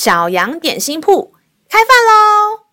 小羊点心铺开饭喽！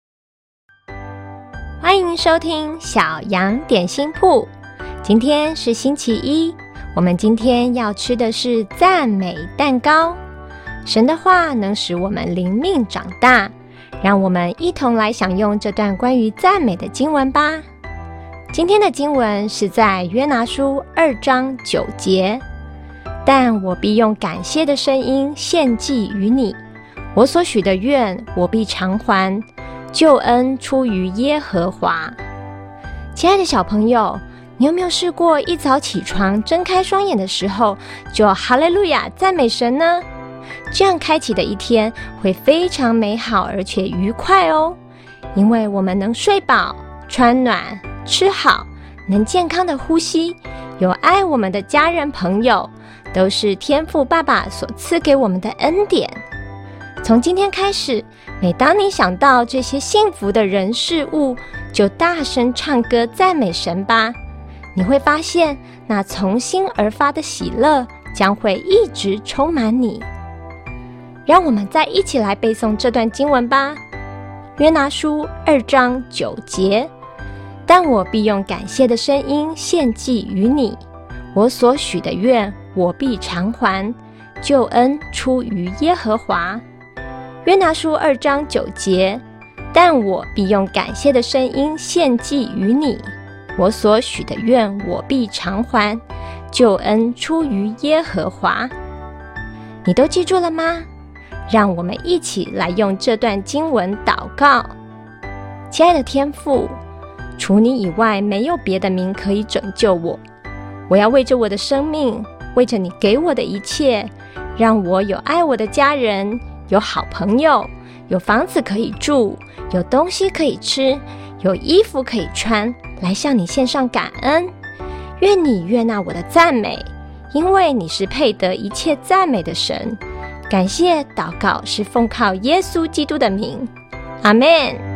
欢迎收听小羊点心铺。今天是星期一，我们今天要吃的是赞美蛋糕。神的话能使我们灵命长大，让我们一同来享用这段关于赞美的经文吧。今天的经文是在约拿书2章9节，但我必用感谢的声音献祭于你，我所许的愿我必偿还，救恩出于耶和华。亲爱的小朋友，你有没有试过一早起床睁开双眼的时候就哈利路亚赞美神呢？这样开启的一天会非常美好而且愉快哦，因为我们能睡饱、穿暖、吃好，能健康的呼吸，有爱我们的家人朋友，都是天父爸爸所赐给我们的恩典。从今天开始，每当你想到这些幸福的人事物，就大声唱歌赞美神吧。你会发现那从心而发的喜乐将会一直充满你。让我们再一起来背诵这段经文吧。约拿书2章9节，但我必用感谢的声音献祭于你，我所许的愿我必偿还，救恩出于耶和华。约拿书2章9节，但我必用感谢的声音献祭于你，我所许的愿我必偿还，救恩出于耶和华。你都记住了吗？让我们一起来用这段经文祷告。亲爱的天父，除你以外没有别的名可以拯救我，我要为着我的生命，为着你给我的一切，让我有爱我的家人，有好朋友，有房子可以住，有东西可以吃，有衣服可以穿，来向你献上感恩。愿你悦纳我的赞美，因为你是配得一切赞美的神。感谢祷告是奉靠耶稣基督的名，阿们。